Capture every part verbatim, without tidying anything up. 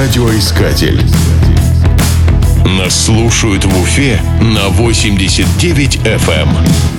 Радиоискатель. Нас слушают в Уфе на восемьдесят девять эф эм.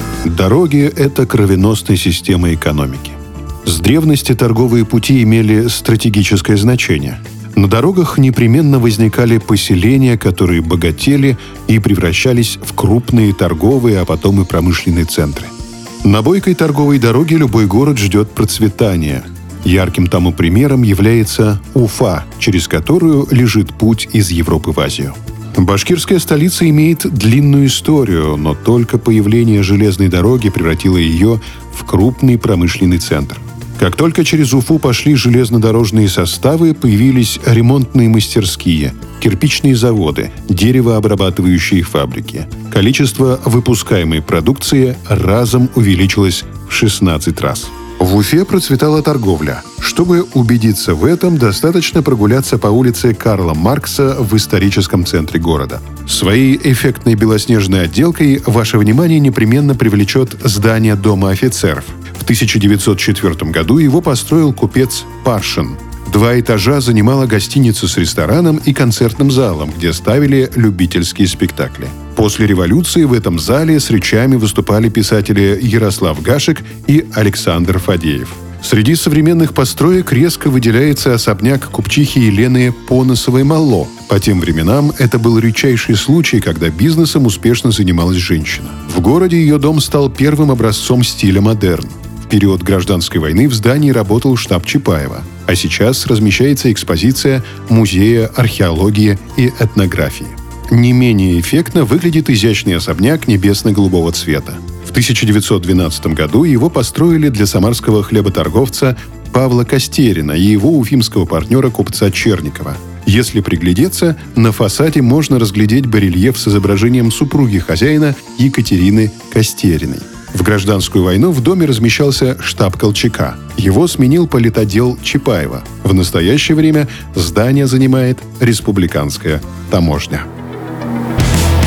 Дороги – это кровеносная система экономики. С древности торговые пути имели стратегическое значение. На дорогах непременно возникали поселения, которые богатели и превращались в крупные торговые, а потом и промышленные центры. На бойкой торговой дороге любой город ждет процветания. Ярким тому примером является Уфа, через которую лежит путь из Европы в Азию. Башкирская столица имеет длинную историю, но только появление железной дороги превратило ее в крупный промышленный центр. Как только через Уфу пошли железнодорожные составы, появились ремонтные мастерские, кирпичные заводы, деревообрабатывающие фабрики. Количество выпускаемой продукции разом увеличилось в шестнадцать раз. В Уфе процветала торговля. Чтобы убедиться в этом, достаточно прогуляться по улице Карла Маркса в историческом центре города. Своей эффектной белоснежной отделкой ваше внимание непременно привлечет здание Дома офицеров. В тысяча девятьсот четвёртом году его построил купец Паршин. Два этажа занимала гостиница с рестораном и концертным залом, где ставили любительские спектакли. После революции в этом зале с речами выступали писатели Ярослав Гашек и Александр Фадеев. Среди современных построек резко выделяется особняк купчихи Елены Поносовой-Малло. По тем временам это был редчайший случай, когда бизнесом успешно занималась женщина. В городе ее дом стал первым образцом стиля модерн. В период гражданской войны в здании работал штаб Чапаева, а сейчас размещается экспозиция Музея археологии и этнографии. Не менее эффектно выглядит изящный особняк небесно-голубого цвета. В тысяча девятьсот двенадцатом году его построили для самарского хлеботорговца Павла Костерина и его уфимского партнера купца Черникова. Если приглядеться, на фасаде можно разглядеть барельеф с изображением супруги хозяина Екатерины Костериной. В гражданскую войну в доме размещался штаб Колчака. Его сменил политотдел Чапаева. В настоящее время здание занимает республиканская таможня.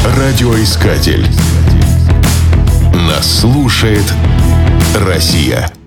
Радиоискатель. Нас слушает Россия.